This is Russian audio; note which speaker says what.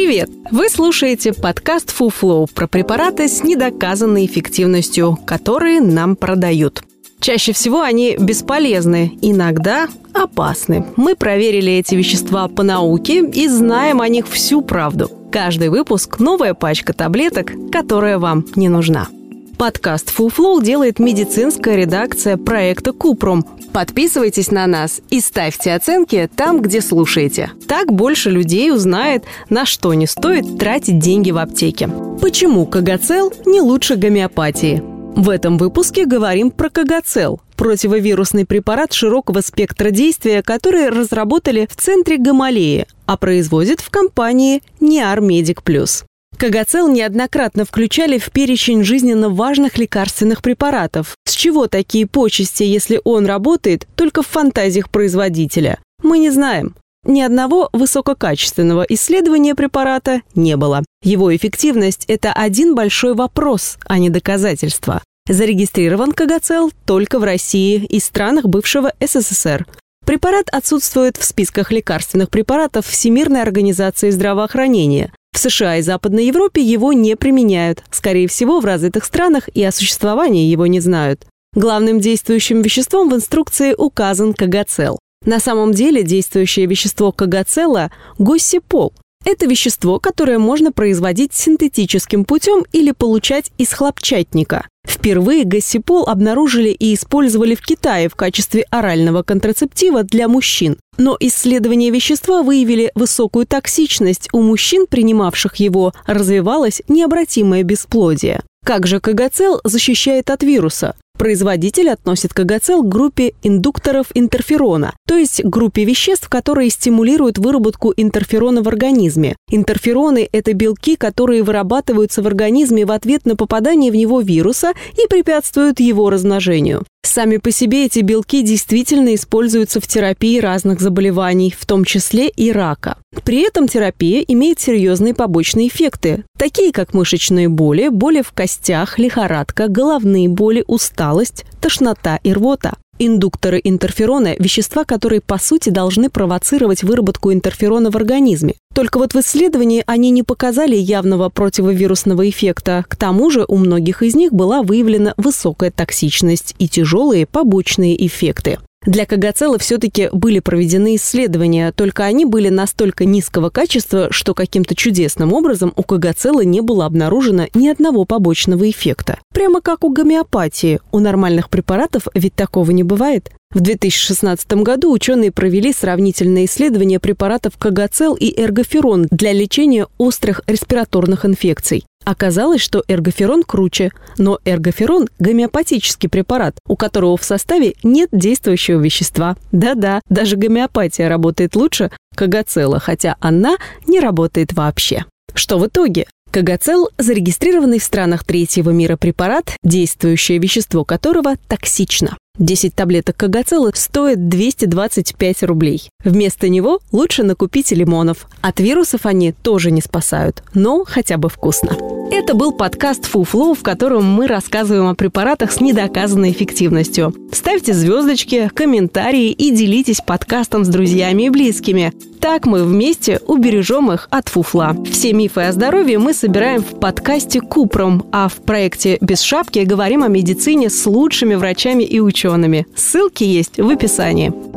Speaker 1: Привет! Вы слушаете подкаст Фуфлоу про препараты с недоказанной эффективностью, которые нам продают. Чаще всего они бесполезны, иногда опасны. Мы проверили эти вещества по науке и знаем о них всю правду. Каждый выпуск – новая пачка таблеток, которая вам не нужна. Подкаст Фуфлоу делает медицинская редакция проекта Купрум. Подписывайтесь на нас и ставьте оценки там, где слушаете. Так больше людей узнает, на что не стоит тратить деньги в аптеке. Почему Когоцел не лучше гомеопатии? В этом выпуске говорим про Когоцел – противовирусный препарат широкого спектра действия, который разработали в центре Гамалеи, а производит в компании Near Medic Plus. Когоцел неоднократно включали в перечень жизненно важных лекарственных препаратов. С чего такие почести, если он работает только в фантазиях производителя? Мы не знаем. Ни одного высококачественного исследования препарата не было. Его эффективность – это один большой вопрос, а не доказательство. Зарегистрирован Когоцел только в России и странах бывшего СССР. Препарат отсутствует в списках лекарственных препаратов Всемирной организации здравоохранения. В США и Западной Европе его не применяют. Скорее всего, в развитых странах и о существовании его не знают. Главным действующим веществом в инструкции указан Когоцел. На самом деле действующее вещество Когоцела – госсипол. Это вещество, которое можно производить синтетическим путем или получать из хлопчатника. Впервые госсипол обнаружили и использовали в Китае в качестве орального контрацептива для мужчин. Но исследования вещества выявили высокую токсичность. У мужчин, принимавших его, развивалось необратимое бесплодие. Как же Когоцел защищает от вируса? Производитель относит Когоцел к группе индукторов интерферона, то есть группе веществ, которые стимулируют выработку интерферона в организме. Интерфероны – это белки, которые вырабатываются в организме в ответ на попадание в него вируса и препятствуют его размножению. Сами по себе эти белки действительно используются в терапии разных заболеваний, в том числе и рака. При этом терапия имеет серьезные побочные эффекты, такие как мышечные боли, боли в костях, лихорадка, головные боли, усталость, тошнота и рвота. Индукторы интерферона – вещества, которые, по сути, должны провоцировать выработку интерферона в организме. Только вот в исследовании они не показали явного противовирусного эффекта. К тому же у многих из них была выявлена высокая токсичность и тяжелые побочные эффекты. Для Когоцела все-таки были проведены исследования, только они были настолько низкого качества, что каким-то чудесным образом у Когоцела не было обнаружено ни одного побочного эффекта. Прямо как у гомеопатии. У нормальных препаратов ведь такого не бывает. В 2016 году ученые провели сравнительное исследование препаратов Когоцел и эргоферон для лечения острых респираторных инфекций. Оказалось, что эргоферон круче, но эргоферон – гомеопатический препарат, у которого в составе нет действующего вещества. Да-да, даже гомеопатия работает лучше Когоцела, хотя она не работает вообще. Что в итоге? Когоцел – зарегистрированный в странах третьего мира препарат, действующее вещество которого токсично. 10 таблеток Когоцела стоят 225 рублей. Вместо него лучше накупить лимонов. От вирусов они тоже не спасают, но хотя бы вкусно. Это был подкаст Фуфлоу, в котором мы рассказываем о препаратах с недоказанной эффективностью. Ставьте звездочки, комментарии и делитесь подкастом с друзьями и близкими. Так мы вместе убережем их от фуфла. Все мифы о здоровье мы собираем в подкасте Купрум, а в проекте «Без шапки» говорим о медицине с лучшими врачами и учеными. Ссылки есть в описании.